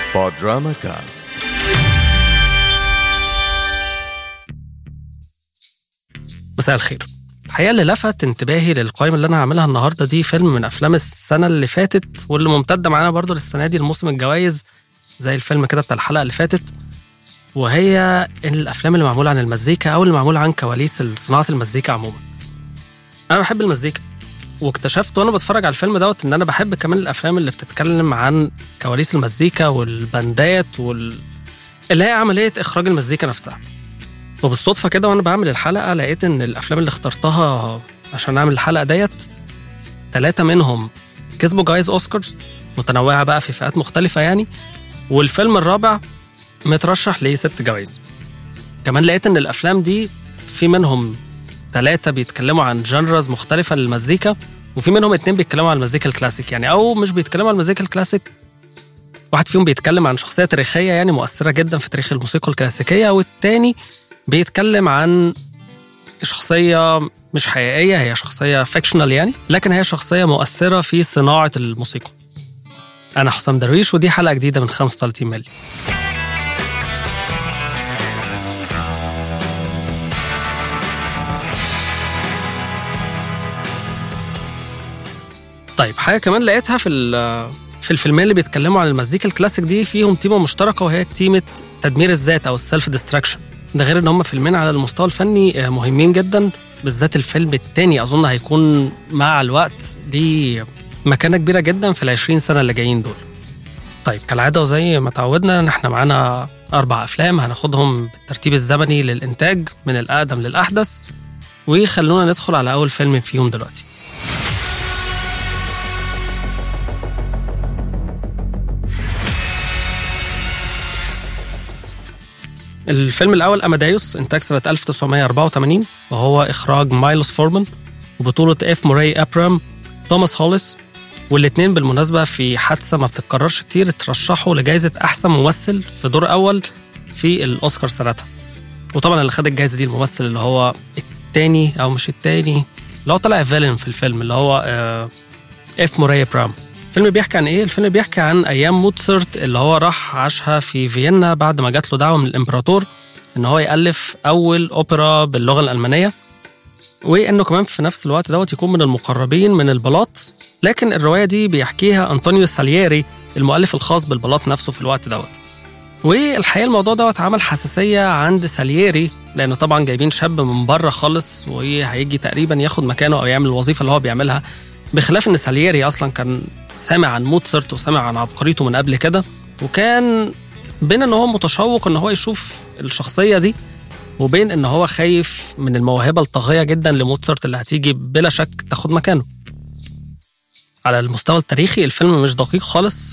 بودراما كاست. مساء الخير. الحقيقة اللي لفت انتباهي للقائمة اللي أنا هعملها النهاردة دي فيلم من أفلام السنة اللي فاتت واللي ممتدة معانا برضو للسنة دي الموسم الجوائز زي الفيلم كده بتاع الحلقة اللي فاتت، وهي الأفلام اللي معمولة عن المزيكا أو اللي معمولة عن كواليس صناعة المزيكا عموما. أنا بحب المزيكا، واكتشفت وأنا بتفرج على الفيلم دوت إن أنا بحب كمان الأفلام اللي بتتكلم عن كواليس المزيكا والباندات اللي هي عملية إخراج المزيكا نفسها. وبالصدفة كده وأنا بعمل الحلقة لقيت إن الأفلام اللي اخترتها عشان أعمل الحلقة ديت 3 منهم كسبوا جوائز أوسكارز متنوعة بقى في فئات مختلفة يعني، والفيلم الرابع مترشح ل6 جوائز. كمان لقيت إن الأفلام دي في منهم 3 بيتكلموا عن جانرز مختلفة للمزيكا، وفي منهم 2 بيتكلموا عن المزيكا الكلاسيك يعني، أو مش بيتكلموا عن المزيكا الكلاسيك، واحد فيهم بيتكلم عن شخصية تاريخية يعني مؤثرة جدا في تاريخ الموسيقى الكلاسيكية، والتاني بيتكلم عن شخصية مش حقيقية، هي شخصية فيكشنال يعني، لكن هي شخصية مؤثرة في صناعة الموسيقى. أنا حسام درويش، ودي حلقة جديدة من 35 ملي. طيب حاجة كمان لقيتها في الفيلمين اللي بيتكلموا عن المزيكا الكلاسيك دي فيهم تيمة مشتركة، وهي تيمة تدمير الذات أو السيلف ديستراكشن. ده غير ان هم فيلمين على المستوى الفني مهمين جدا، بالذات الفيلم التاني اظن هيكون مع الوقت ليه مكانة كبيرة جدا في 20 سنة اللي جايين دول. طيب كالعادة وزي ما تعودنا ان احنا معانا 4 أفلام هناخدهم بالترتيب الزمني للإنتاج من الأقدم للأحدث، وخلونا ندخل على أول فيلم فيهم دلوقتي. الفيلم الأول أماديوس، إنتاج سنة 1984، وهو إخراج مايلوس فورمان، وبطولة إف موراي أبرام، توماس هوليس، والاتنين بالمناسبة في حادثة ما بتتكررش كتير اترشحوا لجائزة أحسن ممثل في دور أول في الأوسكار سنتها. وطبعا اللي خد الجائزة دي الممثل اللي هو التاني أو مش التاني، اللي هو طلع فيلن في الفيلم، اللي هو إف موراي أبرام. الفيلم بيحكي عن إيه؟ الفيلم بيحكي عن أيام موتسرت اللي هو راح عاشها في فيينا بعد ما جات له دعوة من الإمبراطور إن هو يألف أول أوبرا باللغة الألمانية، وإنه كمان في نفس الوقت دوت يكون من المقربين من البلاط. لكن الرواية دي بيحكيها أنطونيو سالييري المؤلف الخاص بالبلاط نفسه في الوقت دوت. والحقيقة الموضوع دوت عمل حساسية عند سالييري، لأنه طبعا جايبين شاب من بره خالص وهيجي تقريبا ياخد مكانه أو يعمل الوظيفة اللي هو بيعملها، بخلاف إن سالييري أصلا كان سامع عن موتسرت وسامع عن عبقريته من قبل كده، وكان بين إن هو متشوق إن هو يشوف الشخصية دي، وبين إن هو خايف من الموهبة الطاغية جدا لموتسرت اللي هتيجي بلا شك تاخد مكانه. على المستوى التاريخي الفيلم مش دقيق خالص،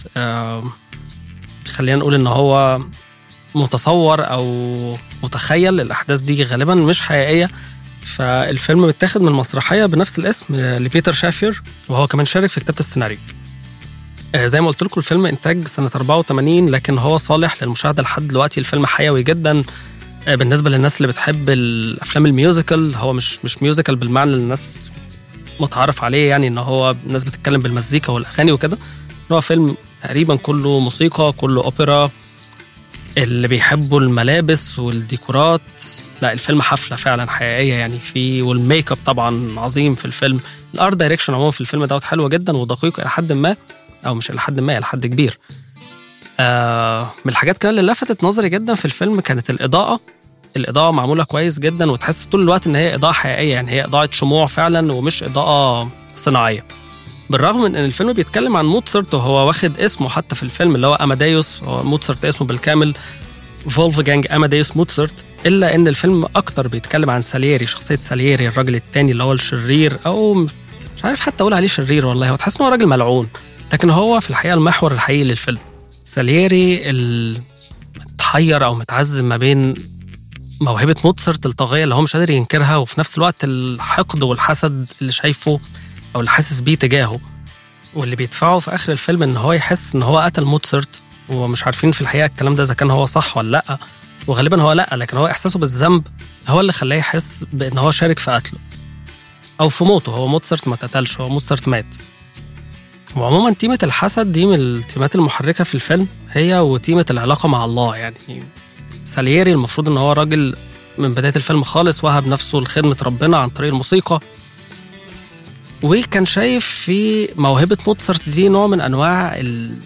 خلينا نقول إن هو متصور أو متخيل، الأحداث دي غالبا مش حقيقية. فالفيلم متاخد من مسرحية بنفس الاسم لبيتر شافير، وهو كمان شارك في كتابة السيناريو. زي ما قلت لكم الفيلم إنتاج سنة 84، لكن هو صالح للمشاهدة لحد دلوقتي. الفيلم حيوي جدا بالنسبة للناس اللي بتحب الأفلام الميوزيكال. هو مش ميوزيكال بالمعنى اللي الناس متعرف عليه يعني، إن هو الناس بتتكلم بالمزيكا والأغاني وكده. هو فيلم تقريبا كله موسيقى، كله أوبرا. اللي بيحبوا الملابس والديكورات، لا الفيلم حفلة فعلا حقيقية يعني فيه، والميك اب طبعا عظيم في الفيلم. الارت دايركشن عموما في الفيلم دوت حلوة جدا ودقيق إلى حد ما، أو مش إلى حد ما، إلى حد كبير. من الحاجات كمان اللي لفتت نظري جدا في الفيلم كانت الإضاءة معمولة كويس جدا، وتحس طول الوقت إن هي إضاءة حقيقية يعني، هي إضاءة شموع فعلا ومش إضاءة صناعية. بالرغم من إن الفيلم بيتكلم عن موتسرت وهو واخد اسمه حتى في الفيلم اللي هو أماديوس، هو موتسرت اسمه بالكامل فولفغانج أماديوس موتسرت، إلا إن الفيلم أكتر بيتكلم عن سالييري، شخصية سالييري الراجل التاني اللي هو الشرير، أو مش عارف حتى أقول عليه شرير والله، هو تحس إنه راجل ملعون، لكن هو في الحقيقة المحور الحقيقي للفيلم. سالييري المتحير أو متعذب ما بين موهبة موتسرت الطاغية اللي هو مش قادر ينكرها، وفي نفس الوقت الحقد والحسد اللي شايفه أو اللي حاسس بيه تجاهه، واللي بيدفعه في آخر الفيلم إن هو يحس إن هو قتل موتسرت، ومش عارفين في الحقيقة الكلام ده إذا كان هو صح ولا لأ، وغالبا هو لأ، لكن هو إحساسه بالذنب هو اللي خلاه يحس بأن هو شارك في قتله أو في موته. هو موتسرت ما اتقتلش، هو موتسرت مات. وعموما تيمة الحسد دي من التيمات المحركة في الفيلم، هي وتيمة العلاقة مع الله. يعني سالييري المفروض ان هو راجل من بداية الفيلم خالص وهب نفسه لخدمة ربنا عن طريق الموسيقى، وكان شايف في موهبة موتسارت دي نوع من انواع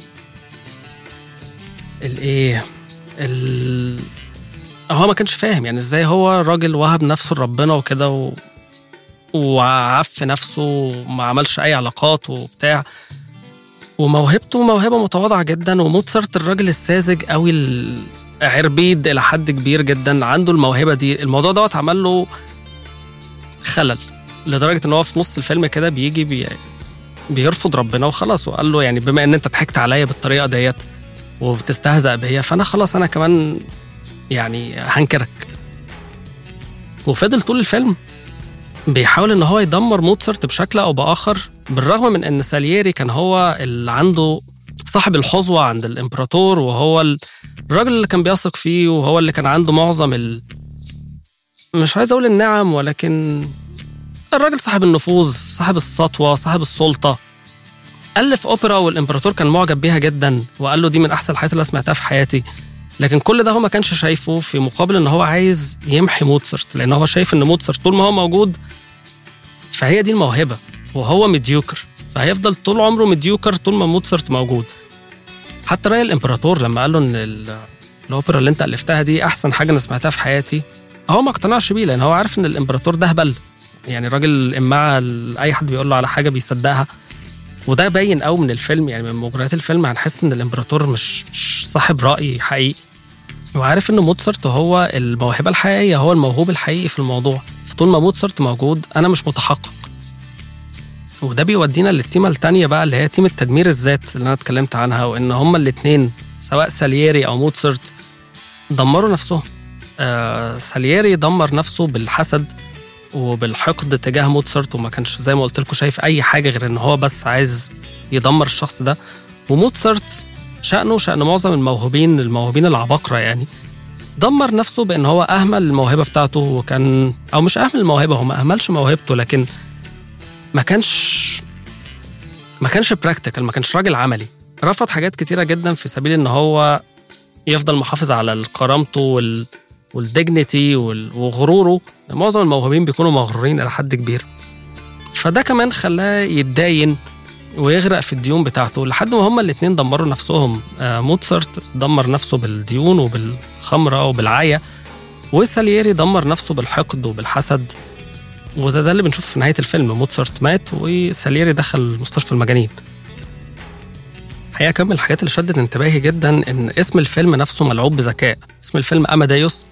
هو ما كانش فاهم يعني ازاي هو راجل وهب نفسه لربنا وكده وعف نفسه وما عملش اي علاقات وبتاع، وموهبته موهبة متواضعة جدا. وموتسارت الراجل الساذج قوي عربيد الى حد كبير جدا، عنده الموهبة دي. الموضوع دوت عمل له خلل لدرجة ان هو في نص الفيلم كده بيجي بيرفض ربنا وخلاص، وقال له يعني بما ان انت ضحكت عليا بالطريقة ديت وبتستهزأ بيا، فانا خلاص انا كمان يعني هنكرك. وفضل طول الفيلم بيحاول ان هو يدمر موتسارت بشكل او باخر، بالرغم من ان سالييري كان هو اللي عنده صاحب الحظوة عند الامبراطور، وهو الراجل اللي كان بيثق فيه، وهو اللي كان عنده معظم مش عايز اقول النعم، ولكن الراجل صاحب النفوذ، صاحب السطوة، صاحب السلطة. ألف أوبرا والإمبراطور كان معجب بيها جدا وقال له دي من أحسن الحاجات اللي سمعتها في حياتي، لكن كل ده هو ما كانش شايفه في مقابل إن هو عايز يمحي موتسارت، لأن هو شايف إن موتسارت طول ما هو موجود فهي دي الموهبة، وهو ميديوكر، فهيفضل طول عمره ميديوكر طول ما موتسارت موجود. حتى رأي الإمبراطور لما قال له إن الأوبرا اللي أنت ألفتها دي أحسن حاجة أنا سمعتها في حياتي، هو ما اقتنعش بيه، لأن هو عارف إن الإمبراطور ده هبل، يعني راجل إمعة أي حد بيقول له على حاجة بيصدقها. وده باين قوي من الفيلم، يعني من مجريات الفيلم هنحس ان الامبراطور مش صاحب رأي حقيقي، وعارف ان موتسارت هو الموهبة الحقيقية، هو الموهوب الحقيقي في الموضوع. فطول ما موتسارت موجود انا مش متحقق. وده بيودينا للتيمة التانية بقى، اللي هي تيمة تدمير الذات اللي انا اتكلمت عنها، وان هما الاتنين سواء سالييري او موتسارت دمروا نفسهم. سالييري دمر نفسه بالحسد وبالحقد تجاه موتسارت، وما كانش زي ما قلت لكم شايف اي حاجه غير ان هو بس عايز يدمر الشخص ده. وموتسارت شأنه شأن معظم الموهوبين العباقرة، يعني دمر نفسه بان هو اهمل الموهبه بتاعته، وكان او مش اهمل الموهبه، هو ما اهملش موهبته، لكن ما كانش براكتيكال، ما كانش راجل عملي. رفض حاجات كتيره جدا في سبيل ان هو يفضل محافظ على كرامته والديجنيتي وغروره. معظم الموهوبين بيكونوا مغرورين إلى حد كبير، فده كمان خلاه يتداين ويغرق في الديون بتاعته، لحد ما هما الاتنين دمروا نفسهم. موتسارت دمر نفسه بالديون وبالخمرة وبالعاية، وسالييري دمر نفسه بالحقد وبالحسد. وده اللي بنشوف في نهاية الفيلم، موتسارت مات وسالييري دخل مستشفى المجانين. الحقيقة كم من الحاجات اللي شدت انتباهي جدا ان اسم الفيلم نفسه ملعوب بذكاء. اسم الفيلم أماديوس،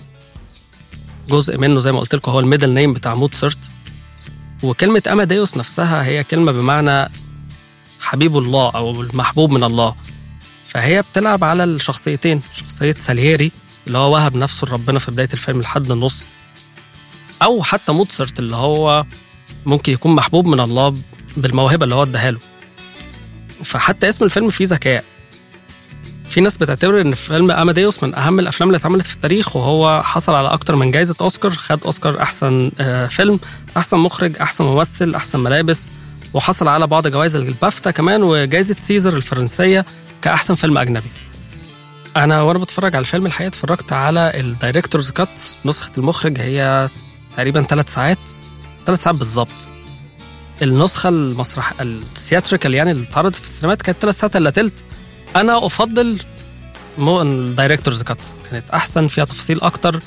جزء منه زي ما قلت لكم هو الميدل نيم بتاع موتسارت، وكلمة أماديوس نفسها هي كلمة بمعنى حبيب الله أو المحبوب من الله. فهي بتلعب على الشخصيتين، شخصية سالييري اللي هو وهب نفسه لربنا في بداية الفيلم لحد النص، أو حتى موتسارت اللي هو ممكن يكون محبوب من الله بالموهبة اللي هو اداها له. فحتى اسم الفيلم فيه ذكاء. في ناس بتعتبر ان فيلم أماديوس من اهم الافلام اللي اتعملت في التاريخ، وهو حصل على اكتر من جائزة اوسكار. خد اوسكار احسن فيلم، احسن مخرج، احسن ممثل، احسن ملابس، وحصل على بعض جوائز البافتا كمان، وجائزة سيزر الفرنسية كاحسن فيلم اجنبي. وانا بتفرج على الفيلم الحقيقة اتفرجت على الدايركتورز كات، نسخة المخرج هي تقريبا 3 ساعات بالظبط. النسخة الثياتريكال يعني اللي اتعرضت في السينمات كانت 3 ساعات الا تلت. أنا أفضل الدايركتورز كات، كانت أحسن، فيها تفاصيل أكتر،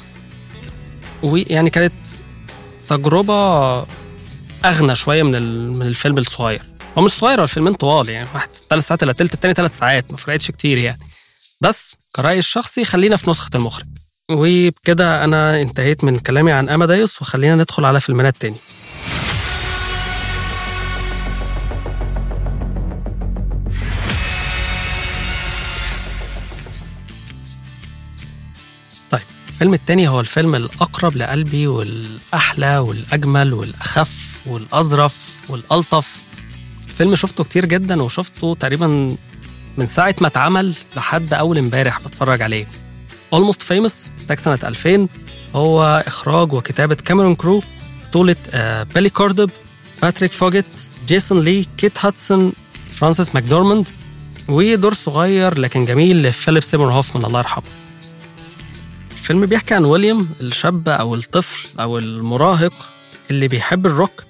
ويعني كانت تجربة أغنى شوية من الفيلم الصغير. هو مش صغير، هو الفيلمين طوال، يعني واحد 3 ساعات إلا تلت، التاني 3 ساعات، ما فرقتش كتير يعني. بس كرأيي الشخصي خلينا في نسخة المخرج. وبكده أنا انتهيت من كلامي عن أماديوس، وخلينا ندخل على فيلمات تاني. الفيلم التاني هو الفيلم الأقرب لقلبي والأحلى والأجمل والأخف والأظرف والألطف. الفيلم شفته كتير جدا، وشفته تقريبا من ساعة ما اتعمل لحد أول امبارح بتفرج عليه. Almost Famous تاج سنة 2000، هو إخراج وكتابة كاميرون كرو، بطولة بيلي كاردب، باتريك فوجيت، جيسون لي، كيت هاتسون، فرانسيس ماكدورماند، ودور صغير لكن جميل لفيليب سيمور هوفمان الله يرحمه. الفيلم بيحكي عن ويليام الشاب أو الطفل أو المراهق اللي بيحب الروك،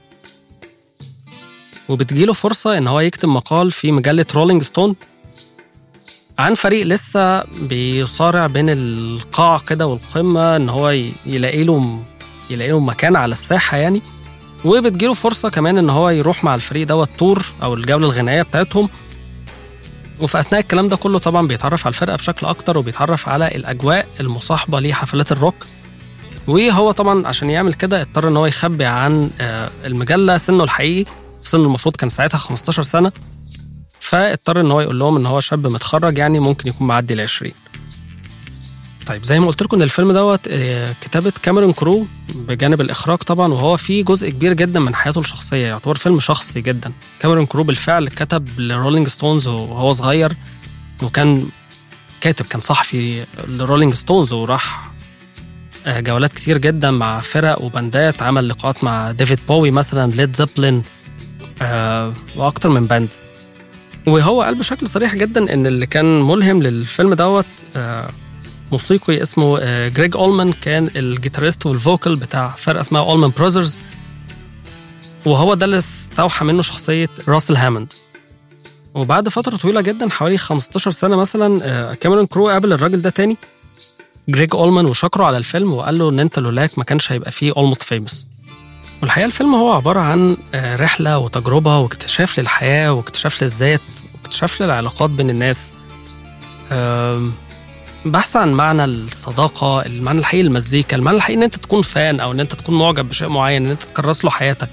وبتجيله فرصة إن هو يكتب مقال في مجلة رولينج ستون عن فريق لسه بيصارع بين القاع كده والقمة، إن هو يلاقي له مكان على الساحة يعني. وبتجيله فرصة كمان إن هو يروح مع الفريق دوت تور أو الجولة الغنائية بتاعتهم. وفي أثناء الكلام ده كله طبعا بيتعرف على الفرقة بشكل أكتر، وبيتعرف على الأجواء المصاحبة لحفلات الروك. وهو طبعا عشان يعمل كده اضطر إن هو يخبي عن المجلة سنه الحقيقي، سنه المفروض كان ساعتها 15 سنة، فاضطر إن هو يقول لهم إن هو شاب متخرج يعني ممكن يكون معدي 20. طيب زي ما قلت لكم إن الفيلم دوت كتابة كاميرون كرو بجانب الإخراج طبعا، وهو فيه جزء كبير جدا من حياته الشخصية، يعتبر فيلم شخصي جدا. كاميرون كرو بالفعل كتب لرولينج ستونز وهو صغير، وكان كاتب، كان صحفي لرولينج ستونز، وراح جولات كتير جدا مع فرق وبندات، عمل لقاءات مع ديفيد بوي مثلا، ليد زيبلين، وأكتر من باند. وهو قال بشكل صريح جدا إن اللي كان ملهم للفيلم دوت موسيقي اسمه جريج أولمان، كان الجيتاريست والفوكال بتاع فرقة اسمها أولمان براذرز، وهو ده اللي استوحى منه شخصية راسل هاموند. وبعد فترة طويلة جدا حوالي 15 سنة مثلا، كاميرون كرو قابل الراجل ده تاني جريج أولمان وشكره على الفيلم، وقال له إن أنت لولاك ما كانش هيبقى فيه Almost Famous. والحقيقة الفيلم هو عبارة عن رحلة وتجربة واكتشاف للحياة واكتشاف للذات واكتشاف للعلاقات بين الناس، بحث عن معنى الصداقة، المعنى الحقيقي للمزيكا، المعنى الحقيقي إن أنت تكون فان أو إن أنت تكون معجب بشيء معين، إن أنت تكرس له حياتك.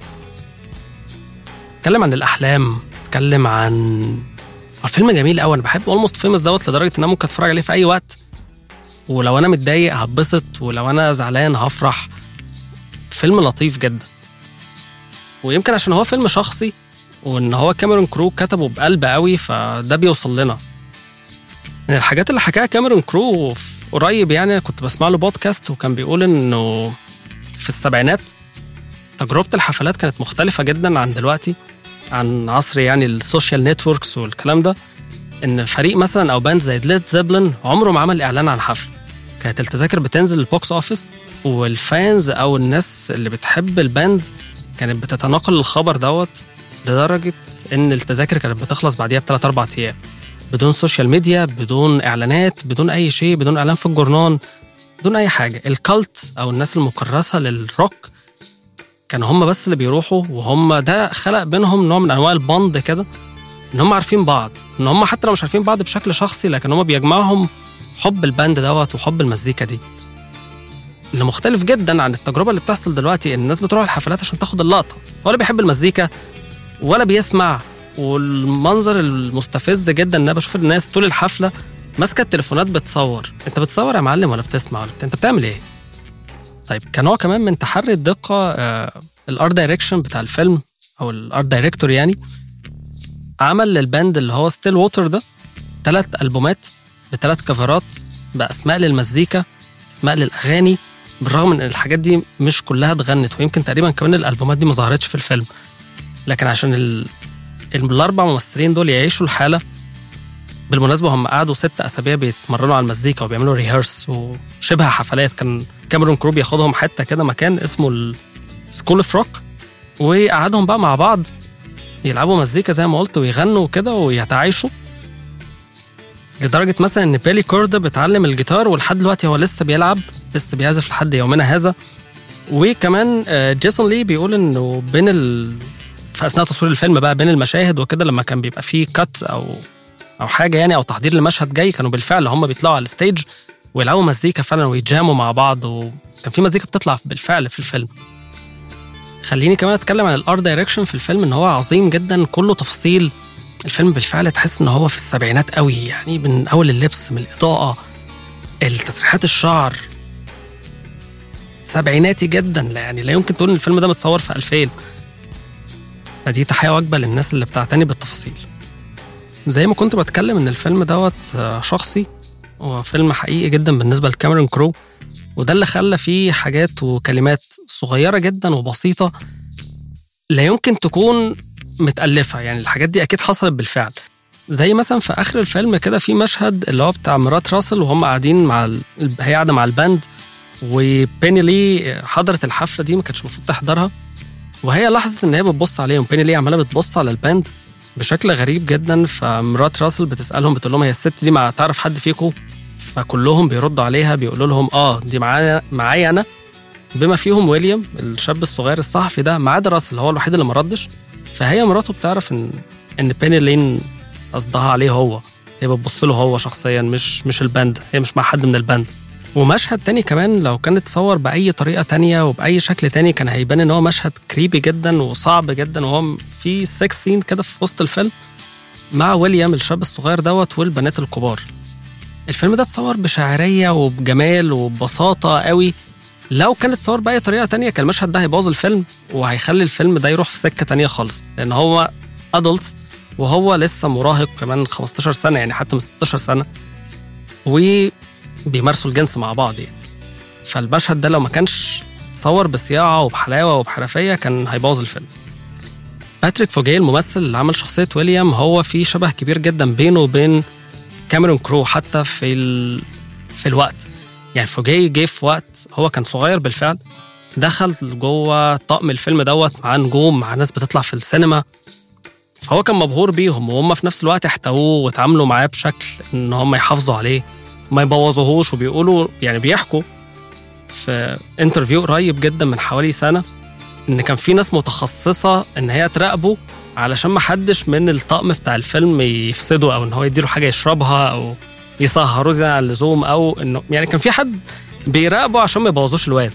اتكلم عن الأحلام، اتكلم عن الفيلم جميل أوي. أنا بحب Almost Famous دوت لدرجة إن أنا ممكن أتفرج عليه في أي وقت، ولو أنا متضايق هتبسط، ولو أنا زعلان هفرح. فيلم لطيف جدا، ويمكن عشان هو فيلم شخصي وإن هو كاميرون كرو كتبه بقلب قوي، فده بيوصل لنا. من الحاجات اللي حكاها كاميرون كرو قريب يعني، كنت بسمع له بودكاست وكان بيقول إنه في السبعينات تجربة الحفلات كانت مختلفة جدا عن دلوقتي، عن عصر يعني السوشيال نتوركس والكلام ده. إن فريق مثلا أو باند زي ليد زيبلين عمره ما عمل إعلان عن حفل، كانت التذاكر بتنزل البوكس أوفيس، والفانز أو الناس اللي بتحب الباند كانت بتتناقل الخبر دوت، لدرجة إن التذاكر كانت بتخلص بعديها ب3-4 أيام، بدون سوشيال ميديا، بدون إعلانات، بدون أي شيء، بدون إعلان في الجورنان، بدون أي حاجة. الكالت أو الناس المكرسة للروك كانوا هم بس اللي بيروحوا، وهم ده خلق بينهم نوع من أنواع البند كده، إن هم عارفين بعض، إن هم حتى لو مش عارفين بعض بشكل شخصي، لكن هم بيجمعهم حب الباند دوت وحب المزيكا دي، اللي مختلف جدا عن التجربة اللي بتحصل دلوقتي. الناس بتروح الحفلات عشان تاخد اللقطة، ولا بيحب المزيكا ولا بيسمع. والمنظر المستفز جدا ان انا بشوف الناس طول الحفله ماسكه التليفونات بتصور. انت بتصور يا معلم ولا بتسمع ولا انت بتعمل ايه؟ طيب كان هو كمان من تحري الدقه الارت دايركشن بتاع الفيلم او الارت دايركتور يعني، عمل للباند اللي هو ستيل ووتر ده 3 ألبومات ب3 كفرات باسماء للمزيكا، اسماء للاغاني، بالرغم من ان الحاجات دي مش كلها اتغنت، ويمكن تقريبا كمان الالبومات دي ما ظهرتش في الفيلم، لكن عشان ال4 ممثلين دول يعيشوا الحالة. بالمناسبة هم قعدوا 6 أسابيع بيتمرنوا على المزيكا وبيعملوا ريهرس وشبه حفلات. كان كاميرون كرو ياخدهم حتى كده مكان اسمه السكول اوف روك، وقعدهم بقى مع بعض يلعبوا مزيكا زي ما قلت ويغنوا كده ويتعايشوا، لدرجة مثلا ان بيلي كوردا بتعلم الجيتار، ولحد دلوقتي هو لسه بيلعب، لسه بيعزف لحد يومنا هذا. وكمان جيسون لي بيقول انه في أثناء تصوير الفيلم بقى بين المشاهد وكده، لما كان بيبقى فيه كات أو حاجة يعني، أو تحضير لمشهد جاي، كانوا بالفعل هم بيطلعوا على الستيج ويلعبوا مزيكا فعلا ويجاموا مع بعض، وكان في مزيكا بتطلع بالفعل في الفيلم. خليني كمان أتكلم عن الارت دايركشن في الفيلم، إن هو عظيم جدا، كله تفاصيل. الفيلم بالفعل تحس إن هو في السبعينات قوي يعني، من أول اللبس، من الإضاءة، التسريحات الشعر، سبعيناتي جدا، يعني لا يمكن تقول إن الفيلم ده متصور في 2000. فدي تحية واجبة للناس اللي بتعتني بالتفاصيل. زي ما كنت بتكلم ان الفيلم دوت شخصي، وفيلم حقيقي جدا بالنسبة لكاميرون كرو، وده اللي خلى فيه حاجات وكلمات صغيرة جدا وبسيطة لا يمكن تكون متألفة، يعني الحاجات دي أكيد حصلت بالفعل. زي مثلا في آخر الفيلم كده في مشهد اللي هو بتاع مرات راسل وهم قاعدين هي قاعدة مع الباند، وبيني لي حضرت الحفلة دي ما كانتش المفروض تحضرها، وهي لاحظت ان هي بتبص عليهم. بيني لي عماله بتبص على الباند بشكل غريب جدا، فمرات راسل بتسالهم بتقول لهم هي الست دي ما تعرف حد فيكم؟ فكلهم بيردوا عليها بيقولوا لهم دي معايا انا، بما فيهم ويليام الشاب الصغير الصحفي ده، ما عدا راسل هو الوحيد اللي ما ردش. فهي مراته بتعرف ان بيني لين قصدها عليه هو، هي بتبص له هو شخصيا، مش الباند، هي مش مع حد من الباند. ومشهد تاني كمان لو كان اتصور بأي طريقة تانية وبأي شكل تاني كان هيبان ان هو مشهد كريبي جدا وصعب جدا، وهو في سكس سين كده في وسط الفيلم مع ويليام الشاب الصغير دوت والبنات الكبار. الفيلم ده اتصور بشاعرية وبجمال وببساطة قوي. لو كان اتصور بأي طريقة تانية كان المشهد ده هيبوظ الفيلم وهيخلي الفيلم ده يروح في سكة تانية خالص، لأن هو أدلتس وهو لسه مراهق كمان 15 سنة، يعني حتى من 16 سنة، وبيمارسوا الجنس مع بعض يعني. فالمشهد ده لو ما كانش تصور بصياعة وبحلاوة وبحرفية كان هيبوظ الفيلم. باتريك فوجيه الممثل اللي عمل شخصية ويليام هو في شبه كبير جدا بينه وبين كاميرون كرو حتى في الوقت. يعني فوجيه جه في وقت هو كان صغير بالفعل، دخل جوه طقم الفيلم دوت مع نجوم، مع ناس بتطلع في السينما، فهو كان مبهور بيهم، وهم في نفس الوقت احتووه وتعاملوا معاه بشكل ان هم يحافظوا عليه ما يبوظوهوش. وبيقولوا يعني بيحكوا في انترفيو قريب جدا من حوالي سنة ان كان في ناس متخصصة ان هي تراقبه علشان ما حدش من الطقم بتاع الفيلم يفسده، او ان هو يديله حاجة يشربها او يسهروه زي على اللزوم، او انه يعني كان في حد بيراقبه عشان ما يبوظوش الواد.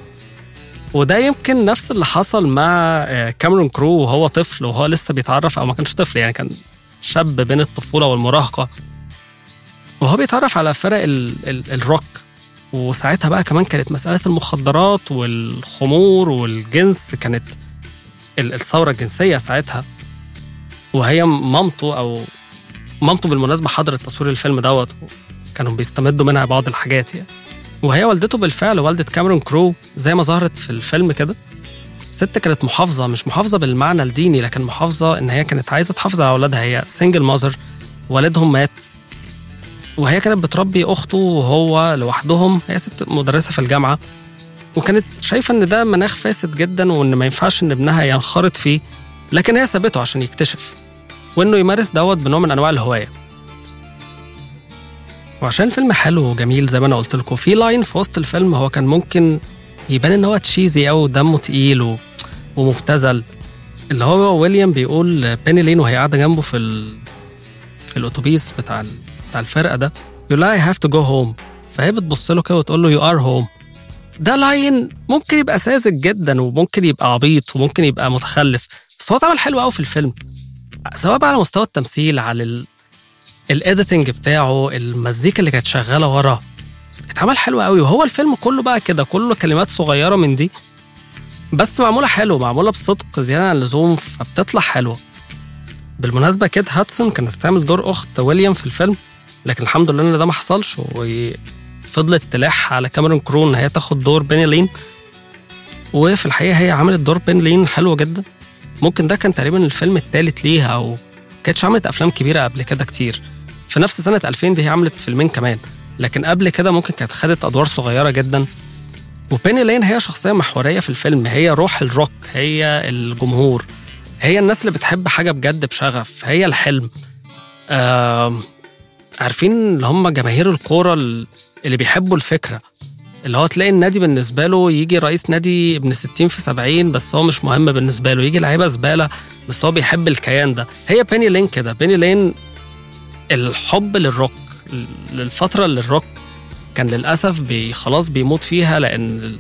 وده يمكن نفس اللي حصل مع كاميرون كرو وهو طفل، وهو لسه بيتعرف، او ما كانش طفل يعني كان شاب بين الطفولة والمراهقة، وهو بيتعرف على فرق الروك. وساعتها بقى كمان كانت مسألة المخدرات والخمور والجنس كانت الثورة الجنسية ساعتها. وهي مامته بالمناسبة حضرت تصوير الفيلم دوت، كانوا بيستمدوا منها بعض الحاجات يعني. وهي والدته بالفعل والدة كاميرون كرو زي ما ظهرت في الفيلم كده، ست كانت محافظة، مش محافظة بالمعنى الديني، لكن محافظة إن هي كانت عايزة تحافظ على أولادها. هي سنجل ماذر، والدهم مات، وهي كانت بتربي أخته وهو لوحدهم. هي ست مدرسة في الجامعة، وكانت شايفة إن ده مناخ فاسد جدا وإن ما ينفعش إن ابنها ينخرط فيه، لكن هي سابته عشان يكتشف وإنه يمارس دوت بنوع من أنواع الهواية. وعشان الفيلم حلو وجميل زي ما أنا قلت لكم، في لاين في وسط الفيلم هو كان ممكن يبان إن هو تشيزي أو دمه تقيل ومبتذل، اللي هو ويليام بيقول بيني لين وهي قاعدة جنبه في الأتوبيس بتاع الفرقة ده، يقول لها I have to go home، فهي بتبص له كده وتقول له you are home. ده لاين ممكن يبقى ساذج جدا وممكن يبقى عبيط وممكن يبقى متخلف، بس هو اتعمل حلو قوي في الفيلم، سواء بقى على مستوى التمثيل، على الإيديتنج بتاعه، المزيكا اللي كانت شغالة وراه، اتعمل حلو قوي. وهو الفيلم كله بقى كده، كله كلمات صغيرة من دي، بس معمولة حلو، معمولة بصدق زيادة عن اللزوم، فبتطلع حلوة. بالمناسبة كيت هاتسون كانت تعمل دور أخت ويليام في الفيلم، لكن الحمد لله إن ده ما حصلش، وفضلت تلح على كاميرون كرو إن هي تاخد دور بيني لين. وفي الحقيقة هي عملت دور بيني لين حلو جدا. ممكن ده كان تقريبا الفيلم الثالث ليها، أو كانتش عملت أفلام كبيرة قبل كده كتير. في نفس سنة 2000 دي هي عملت فيلمين كمان، لكن قبل كده ممكن كانت خدت أدوار صغيرة جدا. وبيني لين هي شخصية محورية في الفيلم، هي روح الروك، هي الجمهور، هي الناس اللي بتحب حاجة بجد بشغف، هي الحلم. عارفين اللي هم جماهير الكورة اللي بيحبوا الفكرة، اللي هو تلاقي النادي بالنسبة له يجي رئيس نادي ابن 60 في 70 بس هو مش مهم بالنسبة له، يجي لعيبة زبالة بس هو بيحب الكيان ده. هي بيني لين كده، بيني لين الحب للروك، للفترة اللي الروك كان للأسف خلاص بيموت فيها، لأن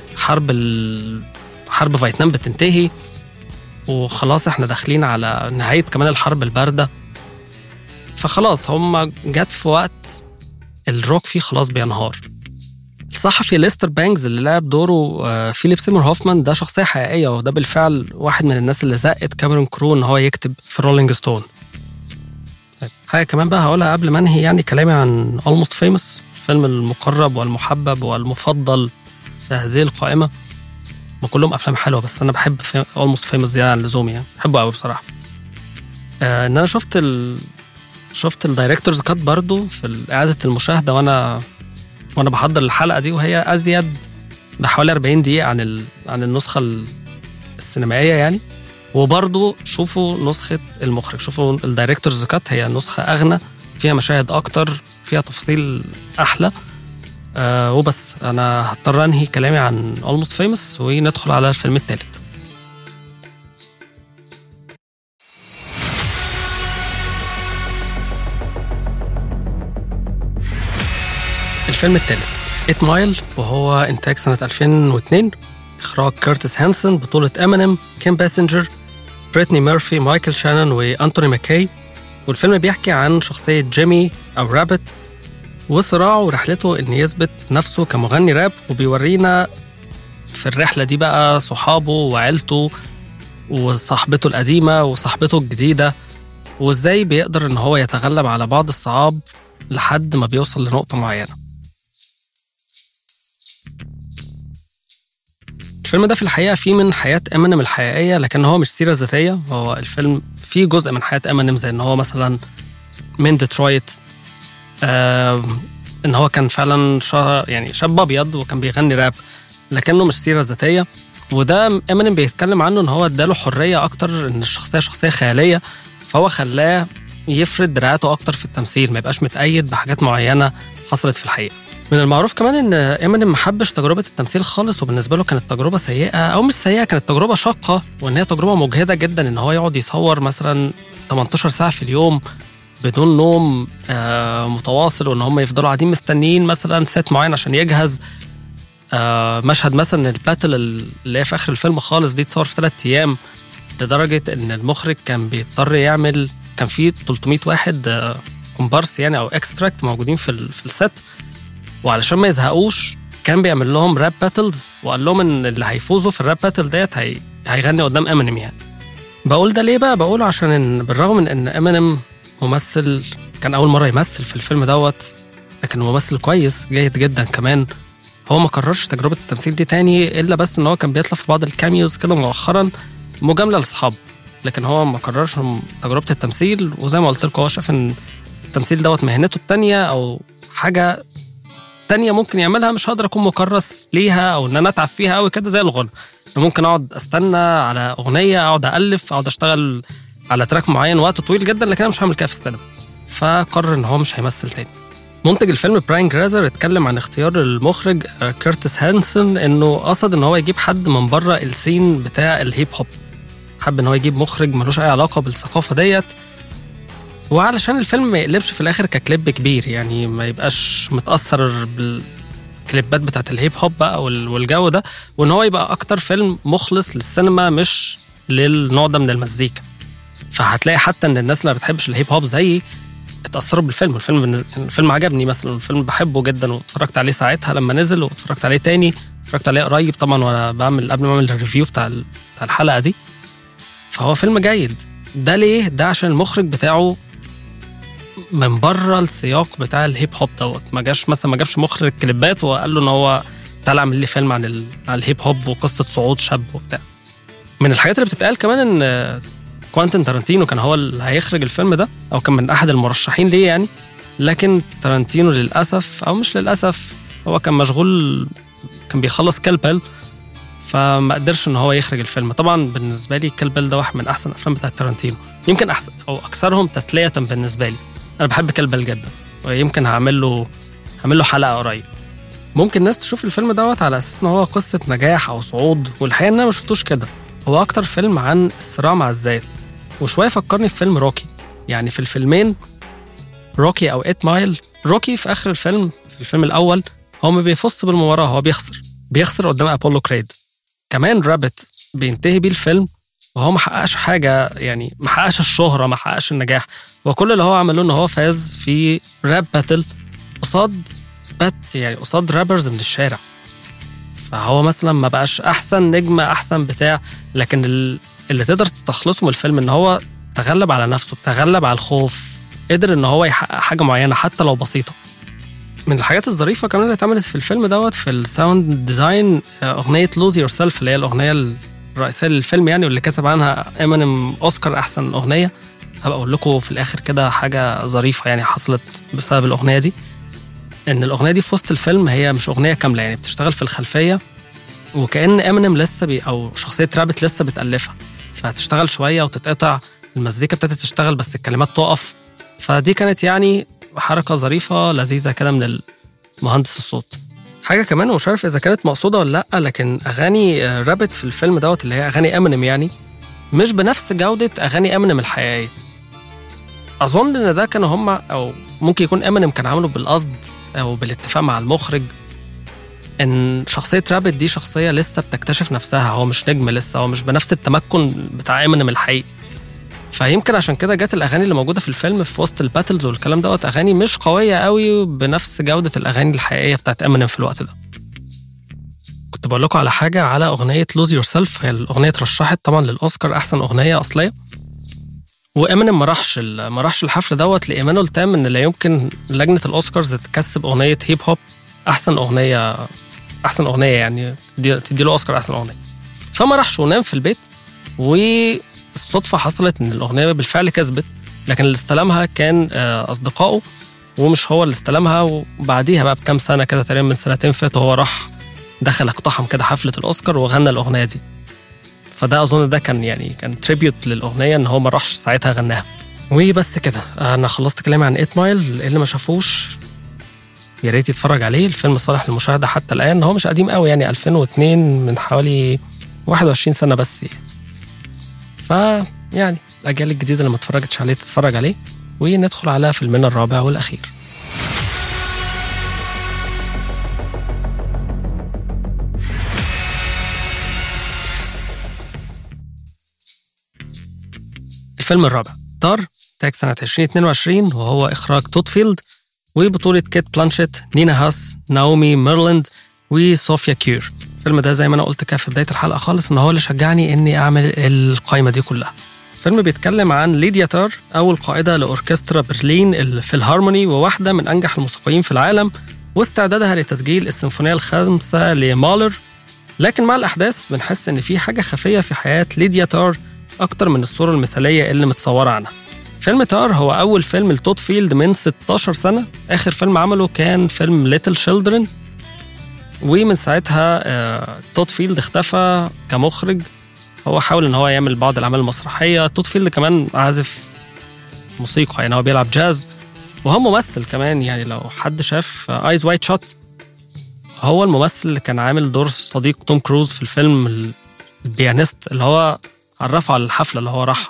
حرب فيتنام بتنتهي، وخلاص احنا داخلين على نهاية كمان الحرب الباردة، فخلاص هم جات في وقت الروك فيه خلاص بينهار. الصحفي ليستر بانجز اللي لعب دوره فيليب سيمور هوفمان ده شخصية حقيقية، وده بالفعل واحد من الناس اللي زقت كاميرون كرو ان هو يكتب في رولينج ستون. حاجة كمان بقى هقولها قبل ما انهي يعني كلامي عن Almost Famous، الفيلم المقرب والمحبب والمفضل في هذه القائمة. ما كلهم افلام حلوه، بس انا بحب Almost Famous زياده عن اللزوم، يعني بحبه قوي بصراحه. ان انا شفت الدايركتورز كات برضو في اعاده المشاهده وانا بحضر الحلقه دي، وهي ازيد بحوالي 40 دقيقه عن النسخه السينمائيه يعني. وبرضو شوفوا نسخه المخرج، شوفوا الدايركتورز كات، هي نسخه اغنى، فيها مشاهد اكتر، فيها تفاصيل احلى. وبس انا هضطر انهي كلامي عن Almost Famous وندخل على الفيلم الثالث. الفيلم الثالث 8 مايل، وهو إنتاج سنة 2002، إخراج كيرتس هانسون، بطولة إمينيم، كيم باسنجر، بريتني ميرفي، مايكل شانون وأنتوني ماكاي. والفيلم بيحكي عن شخصية جيمي أو رابت وصراعه ورحلته إن يثبت نفسه كمغني راب، وبيورينا في الرحلة دي بقى صحابه وعيلته وصاحبته القديمة وصاحبته الجديدة، وإزاي بيقدر إن هو يتغلب على بعض الصعاب لحد ما بيوصل لنقطة معينة. الفيلم ده في الحقيقة فيه من حياة إمينيم الحقيقية، لكن هو مش سيرة ذاتية. هو الفيلم فيه جزء من حياة إمينيم، زي إن هو مثلا من ديترويت، إن هو كان فعلا يعني شاب أبيض وكان بيغني راب، لكنه مش سيرة ذاتية. وده إمينيم بيتكلم عنه إن هو اداله حرية أكتر، إن الشخصية شخصية خيالية، فهو خلاه يفرد دراعاته أكتر في التمثيل، ما يبقاش متقيد بحاجات معينة حصلت في الحقيقة. من المعروف كمان ان إمينيم محبش تجربة التمثيل خالص، وبالنسبة له كانت تجربة سيئة او مش سيئة، كانت تجربة شاقة، وان هي تجربة مجهدة جدا ان هو يقعد يصور مثلا 18 ساعة في اليوم بدون نوم متواصل، وان هم يفضلوا قاعدين مستنيين مثلا سيت معين عشان يجهز مشهد مثلا الباتل اللي هي في اخر الفيلم خالص دي تصور في 3 ايام، لدرجة ان المخرج كان بيضطر يعمل، كان فيه 300 واحد كومبارس يعني او اكستراكت موجودين في السيت، وعلشان ما يزهقوش كان بيعمل لهم راب باتلز، وقال لهم ان اللي هيفوزوا في الراب باتل ديت هيغني قدام إمينيم يعني. بقول ده ليه بقى؟ بقوله عشان إن بالرغم من ان إمينيم ممثل كان اول مره يمثل في الفيلم دوت، لكن ممثل كويس جيد جدا كمان، هو ما كررش تجربه التمثيل دي تاني، الا بس ان هو كان بيطلع في بعض الكاميوز كده مؤخرا مجامله لاصحابه، لكن هو ما كررش تجربه التمثيل. وزي ما قلت لكم هو شاف ان التمثيل دوت مهنته التانيه او حاجه تانية ممكن يعملها، مش هقدر أكون مكرس ليها أو إن أنا أتعب فيها أوي كده زي الغنى. ممكن أقعد أستنى على أغنية، أقعد ألف، أقعد أشتغل على تراك معين وقت طويل جدا، لكن أنا مش هعمل كده في السينما. فقرر إن هو مش هيمثل تاني. منتج الفيلم براين جرازر اتكلم عن اختيار المخرج كيرتس هانسون، إنه قصد إن هو يجيب حد من بره السين بتاع الهيب هوب، حب إن هو يجيب مخرج ملوش أي علاقة بالثقافة ديت، وعلشان الفيلم ما يقلبش في الآخر ككليب كبير، يعني ما يبقاش متأثر بالكليبات بتاعت الهيب هوب بقى والجو ده، وإن هو يبقى أكتر فيلم مخلص للسينما مش للنوع ده من المزيكا. فهتلاقي حتى إن الناس اللي ما بتحبش الهيب هوب زيي اتأثروا بالفيلم. الفيلم عجبني مثلا، الفيلم بحبه جدا، واتفرجت عليه ساعتها لما نزل، واتفرجت عليه تاني، اتفرجت عليه قريب طبعا وأنا قبل ما أعمل الريفيو بتاع الحلقة دي. فهو فيلم جيد. ده ليه؟ ده عشان المخرج بتاعه من بره السياق بتاع الهيب هوب دوت، ما جابش مخرج كليبات وقال له ان هو تعالى اعمل لي فيلم عن الهيب هوب وقصه صعود شاب وبتاع. من الحاجات اللي بتتقال كمان ان كوانتين تارانتينو كان هو اللي هيخرج الفيلم ده، او كان من احد المرشحين ليه يعني، لكن تارانتينو للاسف او مش للاسف هو كان مشغول، كان بيخلص كيل بيل، فما قدرش ان هو يخرج الفيلم. طبعا بالنسبه لي كيل بيل ده واحد من احسن الافلام بتاعت تارانتينو، يمكن احسن او اكثرهم تسليه بالنسبه لي. انا بحب كيل بيل جدا، ويمكن هعمل له حلقه قريب. ممكن الناس تشوف الفيلم دوت على اساس ان هو قصه نجاح او صعود، والحقيقه ان انا ما شفتوش كده. هو اكتر فيلم عن الصراع مع الذات، وشويه فكرني في فيلم روكي. يعني في الفيلمين روكي او 8 مايل، روكي في اخر الفيلم، في الفيلم الاول هو ما بيفوز بالمباراه، هو بيخسر قدام ابولو كريد. كمان رابت بينتهي بيه الفيلم وهو ما حققش حاجه، يعني ما حققش الشهره، ما حققش النجاح، وكل اللي هو عمله ان هو فاز في راب باتل قصاد رابرز من الشارع. فهو مثلا ما بقاش احسن نجمه، احسن بتاع، لكن اللي تقدر تستخلصه من الفيلم ان هو تغلب على نفسه، تغلب على الخوف، قدر ان هو يحقق حاجه معينه حتى لو بسيطه. من الحاجات الظريفة كمان اللي اتعملت في الفيلم دوت في الساوند ديزاين أغنية لوز يور سيلف اللي هي الأغنية الرئيسية للفيلم يعني، واللي كسب عنها إمينيم أوسكار أحسن أغنية. هبقى أقول لكم في الآخر كده حاجة ظريفة يعني حصلت بسبب الأغنية دي، إن الأغنية دي في وسط الفيلم هي مش أغنية كاملة يعني، بتشتغل في الخلفية وكأن إمينيم لسه أو شخصية رابت لسه بتألفها، فهتشتغل شوية وتتقطع المزيكا ابتدت تشتغل بس الكلمات تقف. فدي كانت يعني حركة ظريفة لذيذة كده من المهندس الصوت. حاجة كمان ومش عارف إذا كانت مقصودة ولا لأ، لكن أغاني رابت في الفيلم دوت اللي هي أغاني إمينيم يعني مش بنفس جودة أغاني إمينيم الحقيقية. أظن إن ده كانوا هما أو ممكن يكون إمينيم كان عامله بالقصد أو بالاتفاق مع المخرج، إن شخصية رابت دي شخصية لسه بتكتشف نفسها، هو مش نجم لسه، هو مش بنفس التمكن بتاع إمينيم الحقيقي. فيمكن عشان كده جت الأغاني اللي موجودة في الفيلم في وسط الباتلز والكلام دوت أغاني مش قوية قوي بنفس جودة الأغاني الحقيقية بتاعت إمينيم في الوقت ده. كنت بقول لكم على حاجة على أغنية Lose Yourself، هي الأغنية ترشحت طبعا للأوسكار أحسن أغنية أصلية، وإمينيم ما راحش الحفل دوت لإيمانه التام إن لا يمكن لجنة الأوسكارز تكسب أغنية هيب هوب أحسن أغنية يعني تدي له أوسكار أحسن أغنية. فما راحش ونام في البيت، والصدفة حصلت إن الأغنية بالفعل كسبت، لكن اللي استلمها كان أصدقائه ومش هو اللي استلمها. وبعديها بقى بكام سنة كده تقريبا من 2 فاتوا هو راح دخل اقتحم كده حفلة الأوسكار وغنى الأغنية دي. فده أظن ده كان تريبيوت للأغنية إن هو ما راحش ساعتها غناها. وبس كده أنا خلصت كلامي عن 8 مايل. اللي ما شافوش يا ريت يتفرج عليه، الفيلم صالح للمشاهدة حتى الآن، هو مش قديم قوي يعني 2002 من حوالي 21 سنة بس يعني. فيعني الأجيال الجديدة اللي ما اتفرجتش عليه تتفرج عليه، وندخل على فيلمنا الرابع والأخير. الفيلم الرابع تار، تاج سنة 2022، وهو إخراج تود فيلد وبطولة كيت بلانشيت، نينا هاس، ناومي ميرلاند وصوفيا كير. الفيلم ده زي ما أنا قلت كده في بداية الحلقة خالص إن هو اللي شجعني إني أعمل القائمة دي كلها. الفيلم بيتكلم عن ليديا تار، أول قائدة لأوركسترا برلين الفيلهارموني وواحدة من أنجح الموسيقيين في العالم، واستعدادها لتسجيل السيمفونية الخامسة لمالر. لكن مع الأحداث بنحس إن في حاجة خفية في حياة ليديا تار أكتر من الصورة المثالية اللي متصورة عنها. فيلم تار هو أول فيلم لتود فيلد من 16 سنة. آخر فيلم عمله كان فيلم ليتل شيلدرن، ومن ساعتها تود فيلد اختفى كمخرج. هو حاول إن هو يعمل بعض الأعمال المسرحية. تود فيلد كمان عازف موسيقى يعني، هو بيلعب جاز وهو ممثل كمان يعني. لو حد شاف آيز وايت شوت، هو الممثل اللي كان عامل دور صديق توم كروز في الفيلم البيانيست اللي هو عرفه على الحفلة اللي هو راح.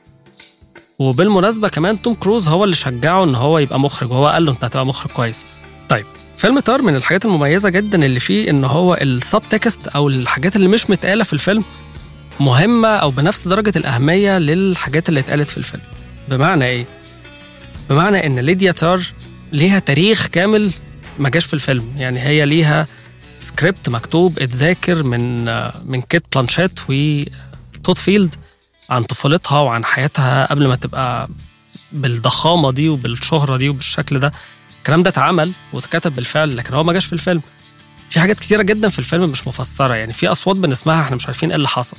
وبالمناسبة كمان توم كروز هو اللي شجعه ان هو يبقى مخرج، وهو قال له انت هتبقى مخرج كويس. طيب فيلم تار من الحاجات المميزة جدا اللي فيه ان هو السب تكست او الحاجات اللي مش متقالة في الفيلم مهمة او بنفس درجة الأهمية للحاجات اللي اتقالت في الفيلم. بمعنى ايه؟ بمعنى ان ليديا تار ليها تاريخ كامل ما جاش في الفيلم يعني. هي ليها سكريبت مكتوب اتذاكر من كيت بلانشيت وتود فيلد عن طفولتها وعن حياتها قبل ما تبقى بالضخامة دي وبالشهرة دي وبالشكل ده. الكلام ده اتعمل واتكتب بالفعل، لكن هو ما جاش في الفيلم. في حاجات كتيرة جدا في الفيلم مش مفسرة يعني. في أصوات بنسمعها احنا مش عارفين ايه اللي حصل،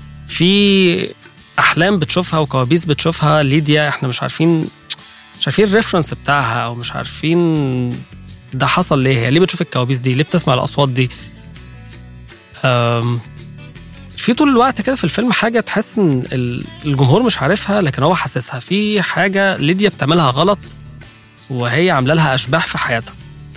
في أحلام بتشوفها وكوابيس بتشوفها ليديا احنا مش عارفين الريفرنس بتاعها، أو مش عارفين ده حصل ليه، هي ليه بتشوف الكوابيس دي، ليه بتسمع الأصوات دي. في طول الوقت كده في الفيلم حاجة تحس ان الجمهور مش عارفها لكن هو حاسسها. في حاجة ليديا بتعملها غلط وهي عاملة لها أشباح في حياتها،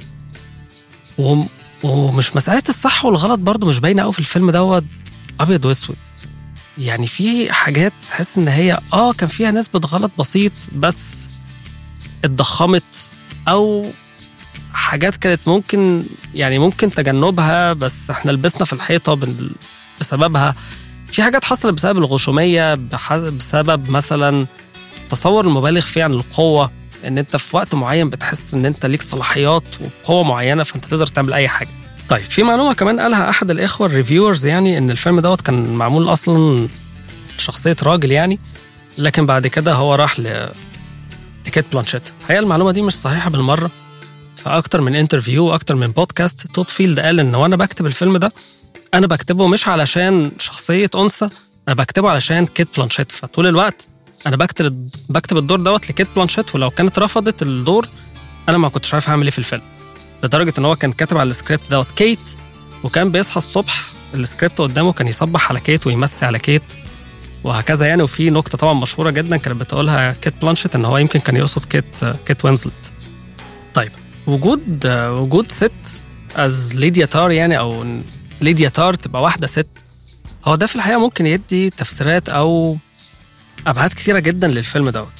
ومش مسألة الصح والغلط برضو مش باينة قوي في الفيلم دوت أبيض وأسود يعني. في حاجات تحس ان هي كان فيها نسبة غلط بسيط بس اتضخمت، أو حاجات كانت ممكن تجنبها بس احنا لبسنا في الحيطة بسببها. في حاجات حصلت بسبب الغشومية، بسبب مثلا تصور المبالغ فيه عن القوة، ان انت في وقت معين بتحس ان انت ليك صلاحيات وقوة معينة فانت تقدر تعمل اي حاجة. طيب في معلومة كمان قالها احد الاخوة الريفيورز يعني، ان الفيلم دوت كان معمول اصلا شخصية راجل يعني، لكن بعد كده هو راح لكيت بلانشيت. هي المعلومة دي مش صحيحة بالمرة، فاكتر من انترفيو واكتر من بودكاست تود فيلد قال ان وانا بكتب الفيلم ده انا بكتبه مش علشان شخصيه انثى، انا بكتبه علشان كيت بلانشيت. فطول الوقت انا بكتب الدور دوت لكيت بلانشيت، ولو كانت رفضت الدور انا ما كنتش عارف اعمل ايه في الفيلم. لدرجه ان هو كان كاتب على السكريبت دوت كيت، وكان بيصحى الصبح السكريبت قدامه كان يصبح على كيت ويمسي على كيت وهكذا يعني. وفي نقطه طبعا مشهوره جدا كانت بتقولها كيت بلانشيت ان هو يمكن كان يقصد كيت وينزلت. طيب وجود ست از ليديا تار يعني، او ليديا تار تبقى واحده ست، هو ده في الحقيقه ممكن يدي تفسيرات او ابعاد كثيره جدا للفيلم دوت.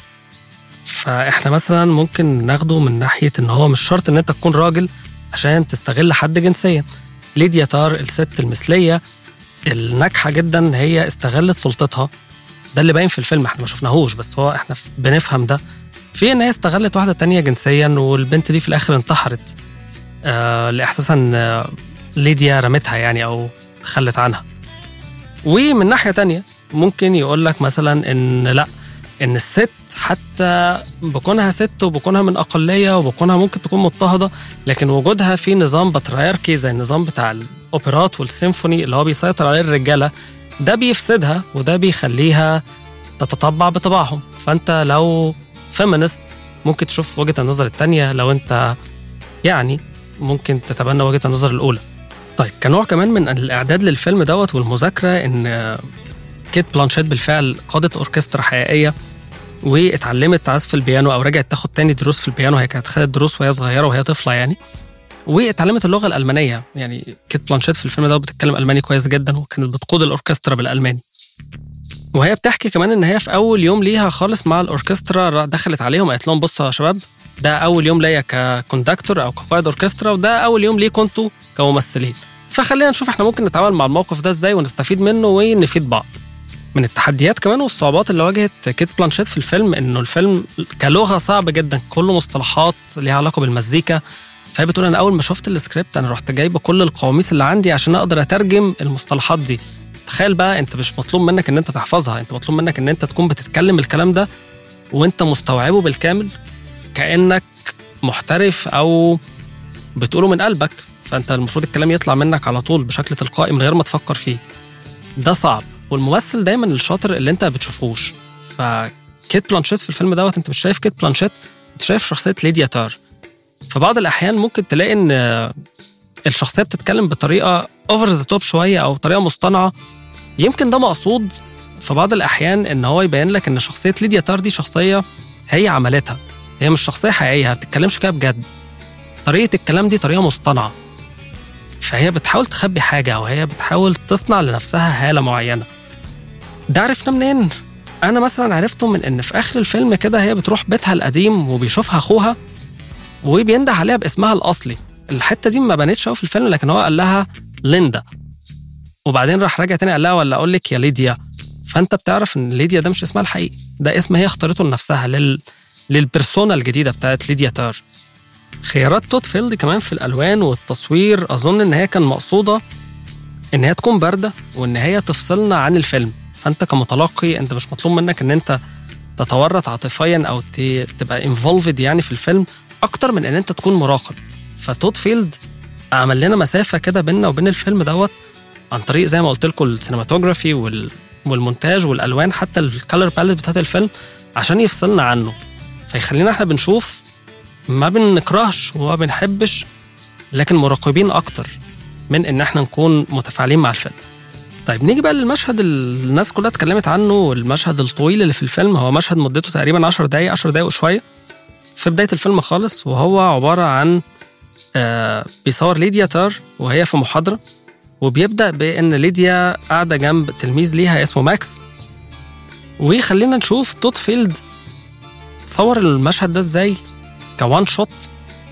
فاحنا مثلا ممكن ناخده من ناحيه ان هو مش شرط ان انت تكون راجل عشان تستغل حد جنسيا. ليديا تار الست المثليه الناجحه جدا هي استغلت سلطتها، ده اللي باين في الفيلم، احنا ما شفناهوش بس هو احنا بنفهم ده في ان هي استغلت واحده تانية جنسيا، والبنت دي في الاخر انتحرت لاحساس ان ليديا رمتها يعني او خلت عنها. ومن ناحيه تانية ممكن يقول لك مثلا ان لا، ان الست حتى بكونها ست وبكونها من اقليه وبكونها ممكن تكون مضطهده، لكن وجودها في نظام باترياركي زي النظام بتاع الاوبرات والسيمفوني اللي هو بيسيطر عليه الرجاله، ده بيفسدها وده بيخليها تتطبع بطباعهم. فانت لو فيمينست ممكن تشوف وجهه النظر التانية، لو انت يعني ممكن تتبنى وجهه النظر الاولى. طيب كنوع كمان من الاعداد للفيلم دوت والمذاكره، ان كيت بلانشيت بالفعل قادت اوركسترا حقيقيه واتعلمت عزف البيانو، او رجعت تاخد تاني دروس في البيانو، هي كانت خدت دروس وهي صغيره وهي طفله يعني، واتعلمت اللغه الالمانيه. يعني كيت بلانشيت في الفيلم ده بتتكلم الماني كويس جدا، وكانت بتقود الاوركسترا بالالماني. وهي بتحكي كمان ان هي في اول يوم ليها خالص مع الاوركسترا دخلت عليهم قالت لهم بصوا يا شباب، ده اول يوم ليا ككوندكتور او كقائد اوركسترا، وده اول يوم ليكم انتوا كممثلين، فخلينا نشوف احنا ممكن نتعامل مع الموقف ده ازاي ونستفيد منه ونفيد بعض. من التحديات كمان والصعوبات اللي واجهت كيت بلانشيت في الفيلم انه الفيلم كلغه صعب جدا، كله مصطلحات ليها علاقه بالمزيكا. فهي بتقول انا اول ما شفت السكريبت انا رحت جايبه كل القواميس اللي عندي عشان اقدر اترجم المصطلحات دي. تخيل بقى، انت مش مطلوب منك ان انت تحفظها، انت مطلوب منك ان انت تكون بتتكلم الكلام ده وانت مستوعبه بالكامل كأنك محترف او بتقوله من قلبك، فانت المفروض الكلام يطلع منك على طول بشكل تلقائي من غير ما تفكر فيه. ده صعب، والممثل دايما الشاطر اللي انت بتشوفوش. فكيت بلانشيت في الفيلم دوت انت مش شايف كيت بلانشيت، انت شايف شخصيه ليديا تار. فبعض الاحيان ممكن تلاقي ان الشخصيه بتتكلم بطريقه اوفر ذا توب شويه او طريقه مصطنعه، يمكن ده مقصود في بعض الاحيان ان هو يبين لك ان شخصيه ليديا تار دي شخصيه هي عملتها، هي مش شخصيه حقيقيه، ما بتتكلمش كده بجد، طريقه الكلام دي طريقه مصطنعه، فهي بتحاول تخبي حاجه او هي بتحاول تصنع لنفسها هاله معينه. ده عرفنا منين؟ انا مثلا عرفته من ان في اخر الفيلم كده هي بتروح بيتها القديم وبيشوفها اخوها وبينده عليها باسمها الاصلي. الحته دي ما بانتش قوي في الفيلم، لكن هو قال لها ليندا، وبعدين راح راجع تاني قال لها ولا اقول لك يا ليديا. فانت بتعرف ان ليديا ده مش اسمها الحقيقي، ده اسم هي اختارته لنفسها للبرسونا الجديده بتاعت ليديا تار. خيارات تود فيلد كمان في الالوان والتصوير اظن ان هي كان مقصوده ان هي تكون بارده وان هي تفصلنا عن الفيلم. فانت كمتلقي انت مش مطلوب منك ان انت تتورط عاطفيا او تبقى انفولفد يعني في الفيلم اكتر من ان انت تكون مراقب. فتود فيلد عمل لنا مسافه كده بيننا وبين الفيلم دوت عن طريق زي ما قلت لكم السينماتوجرافي والمونتاج والالوان، حتى الكالر باليت بتاعت الفيلم، عشان يفصلنا عنه، فيخلينا احنا بنشوف ما بنكرهش وما بنحبش، لكن مراقبين اكتر من ان احنا نكون متفاعلين مع الفيلم. طيب نيجي بقى للمشهد اللي الناس كلها اتكلمت عنه، والمشهد الطويل اللي في الفيلم، هو مشهد مدته تقريبا 10 دقايق وشويه في بدايه الفيلم خالص، وهو عباره عن بيصور ليديا تار وهي في محاضره، وبيبدا بان ليديا قاعده جنب تلميذ ليها اسمه ماكس، ويخلينا نشوف تود فيلد صور المشهد ده ازاي كوان شوت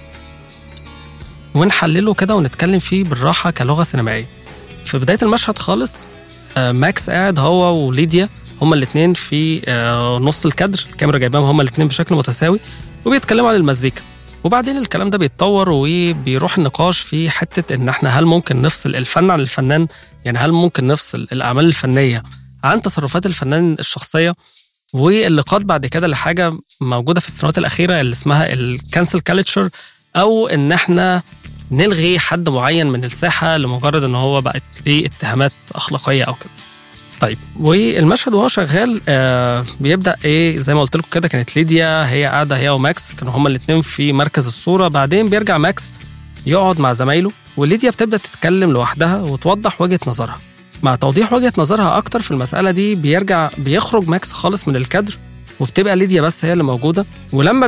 ونحلله كده ونتكلم فيه بالراحه كلغه سينمائيه. في بدايه المشهد خالص ماكس قاعد هو وليديا هما الاثنين في نص الكادر، الكاميرا جايباهم هما الاثنين بشكل متساوي وبيتكلموا عن المزيكا. وبعدين الكلام ده بيتطور وبيروح النقاش في حته ان احنا هل ممكن نفصل الفن عن الفنان، يعني هل ممكن نفصل الاعمال الفنيه عن تصرفات الفنان الشخصيه. واللي قاد بعد كده لحاجه موجوده في السنوات الاخيره اللي اسمها الكانسل كالتشر، أو إن إحنا نلغي حد معين من الساحة لمجرد إن هو بقت ليه اتهامات أخلاقية أو كده. طيب، والمشهد وهو شغال بيبدأ زي ما قلت لكم كده، كانت ليديا هي قاعدة هي وماكس، كانوا هما الاتنين في مركز الصورة. بعدين بيرجع ماكس يقعد مع زمايله، وليديا بتبدأ تتكلم لوحدها وتوضح وجهة نظرها. مع توضيح وجهة نظرها أكتر في المسألة دي بيخرج ماكس خالص من الكادر، وبتبقى ليديا بس هي اللي موجودة. ولما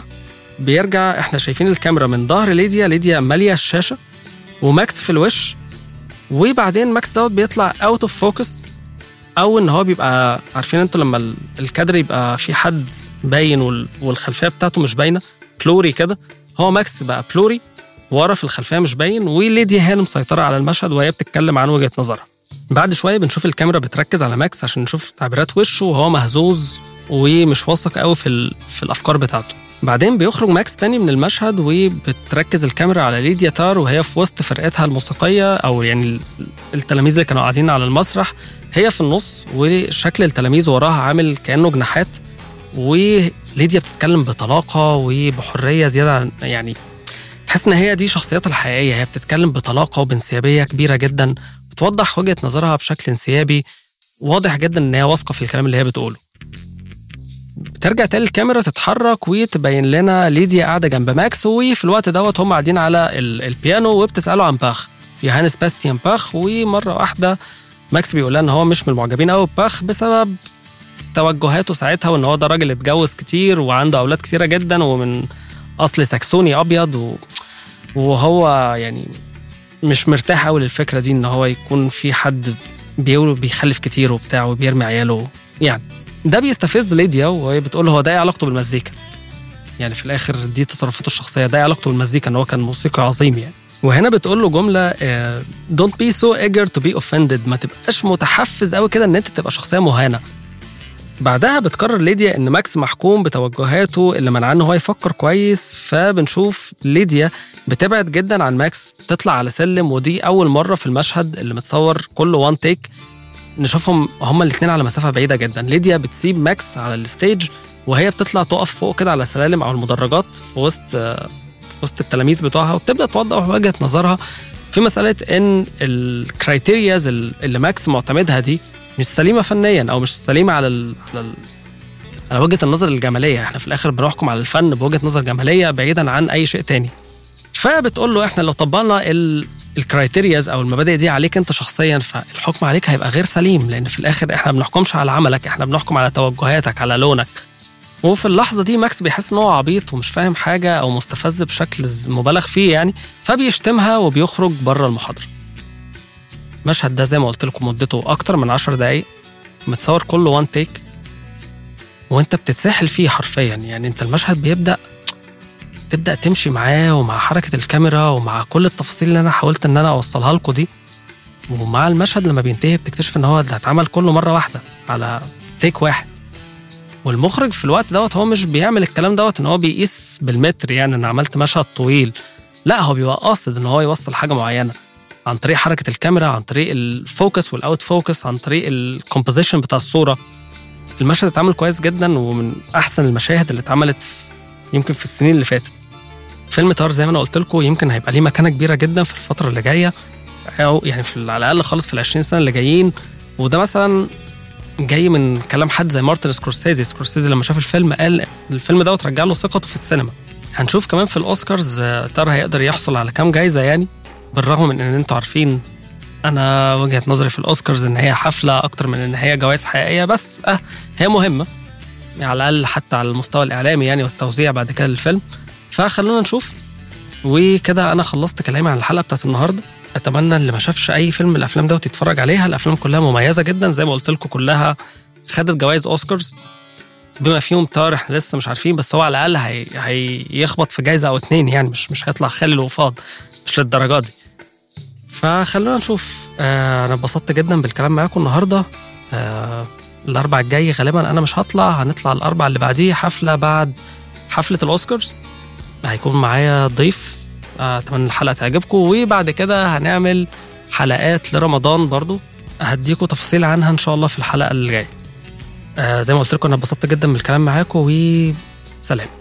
بيرجع احنا شايفين الكاميرا من ظهر ليديا مالية الشاشة وماكس في الوش. وبعدين ماكس دوت بيطلع اوت اوف فوكس، او ان هو بيبقى عارفين انتوا لما الكادر يبقى في حد باين والخلفيه بتاعته مش باينه، بلوري كده. هو ماكس بقى بلوري ورا في الخلفيه مش باين، وليديا هي اللي مسيطره على المشهد وهي بتتكلم عن وجهه نظرها. بعد شويه بنشوف الكاميرا بتركز على ماكس عشان نشوف تعبيرات وشه وهو مهزوز ومش واثق قوي في الافكار بتاعته. بعدين بيخرج ماكس تاني من المشهد وبتركز الكاميرا على ليديا تار وهي في وسط فرقتها الموسيقيه، او يعني التلاميذ اللي كانوا قاعدين على المسرح. هي في النص وشكل التلاميذ وراها عامل كأنه جناحات، وليديا بتتكلم بطلاقة وبحرية زيادة، يعني تحس ان هي دي شخصيتها الحقيقية. هي بتتكلم بطلاقة وبانسيابية كبيرة جدا، بتوضح وجهة نظرها بشكل انسيابي، واضح جدا ان هي واثقة في الكلام اللي هي بتقوله. بترجع تاني الكاميرا تتحرك وتبين لنا ليديا قاعدة جنب ماكس، وفي الوقت دوت هم قاعدين على البيانو وبتسأله عن باخ، يوهان سباستيان باخ. ومرة واحدة ماكس بيقول لها ان هو مش من المعجبين قوي بباخ بسبب توجهاته ساعتها، وان هو ده راجل اتجوز كتير وعنده اولاد كتيره جدا ومن اصل ساكسوني ابيض، وهو يعني مش مرتاح قوي للفكره دي ان هو يكون في حد بيخلف كتير وبتاع وبيرمي عياله. يعني ده بيستفز ليديا، وهي بتقول له هو ده علاقته بالمزيكا. يعني في الاخر دي تصرفاته الشخصيه، ده علاقته بالمزيكا ان هو كان موسيقي عظيم يعني. وهنا بتقول له جملة don't be so eager to be offended، ما تبقاش متحفز قوي كده ان انت تبقى شخصية مهانة. بعدها بتقرر ليديا ان ماكس محكوم بتوجهاته اللي منعه ان هو يفكر كويس. فبنشوف ليديا بتبعد جدا عن ماكس، تطلع على سلم، ودي اول مرة في المشهد اللي متصور كله وان تيك نشوفهم هما الاثنين على مسافة بعيدة جدا. ليديا بتسيب ماكس على الستيج وهي بتطلع تقف فوق كده على السلالم او المدرجات في وسط التلاميذ بتوعها، وبتبدأ توضح وجهة نظرها في مسألة إن الكرايتيرياز اللي ماكس معتمدها دي مش سليمة فنيا، أو مش سليمة على وجهة النظر الجمالية. احنا في الآخر بنحكم على الفن بوجهة نظر جمالية بعيدا عن أي شيء تاني. فبتقول له احنا لو طبقنا الكرايتيرياز أو المبادئ دي عليك أنت شخصيا، فالحكم عليك هيبقى غير سليم، لأن في الآخر احنا بنحكمش على عملك، احنا بنحكم على توجهاتك، على لونك. وفي اللحظة دي ماكس بيحس إن هو عبيط ومش فاهم حاجة أو مستفز بشكل مبالغ فيه يعني، فبيشتمها وبيخرج بره المحاضرة. المشهد ده زي ما قلت لكم مدته أكتر من 10 دقايق، متصور كله وان تيك، وانت بتتساحل فيه حرفيا. يعني انت المشهد تبدأ تمشي معاه ومع حركة الكاميرا ومع كل التفاصيل اللي أنا حاولت إن أنا أوصلها لكم دي. ومع المشهد لما بينتهي بتكتشف إن هو ده اتعمل كله مرة واحدة على تيك واحد. والمخرج في الوقت دوت هو مش بيعمل الكلام دوت ان هو بيقيس بالمتر، يعني انا عملت مشهد طويل. لا، هو بيبقى قاصد ان هو يوصل حاجه معينه عن طريق حركه الكاميرا، عن طريق الفوكس والاوت فوكس، عن طريق الكومبوزيشن بتاع الصوره. المشهد اتعمل كويس جدا، ومن احسن المشاهد اللي اتعملت يمكن في السنين اللي فاتت. فيلم تار زي ما انا قلت لكم يمكن هيبقى ليه مكانه كبيره جدا في الفتره اللي جايه، او يعني على الاقل خالص في ال20 سنه اللي جايين. وده مثلا جاي من كلام حد زي مارتن سكورسيزي لما شاف الفيلم قال الفيلم ده وترجع له ثقته في السينما. هنشوف كمان في الأوسكارز ترى هيقدر يحصل على كام جايزة يعني، بالرغم من ان انتوا عارفين انا وجهة نظري في الأوسكارز ان هي حفلة اكتر من ان هي جوائز حقيقية، بس هي مهمة يعني على الأقل حتى على المستوى الإعلامي يعني والتوزيع بعد كده للفيلم. فخلونا نشوف. وكده انا خلصت كلامي عن الحلقة بتاعت النهاردة. اتمنى اللي ما شافش اي فيلم من الافلام ده وتتفرج عليها. الافلام كلها مميزه جدا زي ما قلت لكم، كلها خدت جوائز اوسكارز بما فيهم تار. احنا لسه مش عارفين، بس هو على الاقل هيخبط في جايزه او اتنين يعني، مش هيطلع خالي وفاض، مش للدرجه دي. فخلونا نشوف. انا اتبسطت جدا بالكلام معاكم النهارده. الاربع الجاي غالبا انا مش هنطلع الاربع اللي بعديه حفله بعد حفله الاوسكارز، هيكون معايا ضيف. اتمنى الحلقه تعجبكم، وبعد كده هنعمل حلقات لرمضان برضو هديكم تفاصيل عنها ان شاء الله في الحلقه اللي جايه. زي ما قلت لكم انا اتبسطت جدا بالكلام معاكم، وسلام.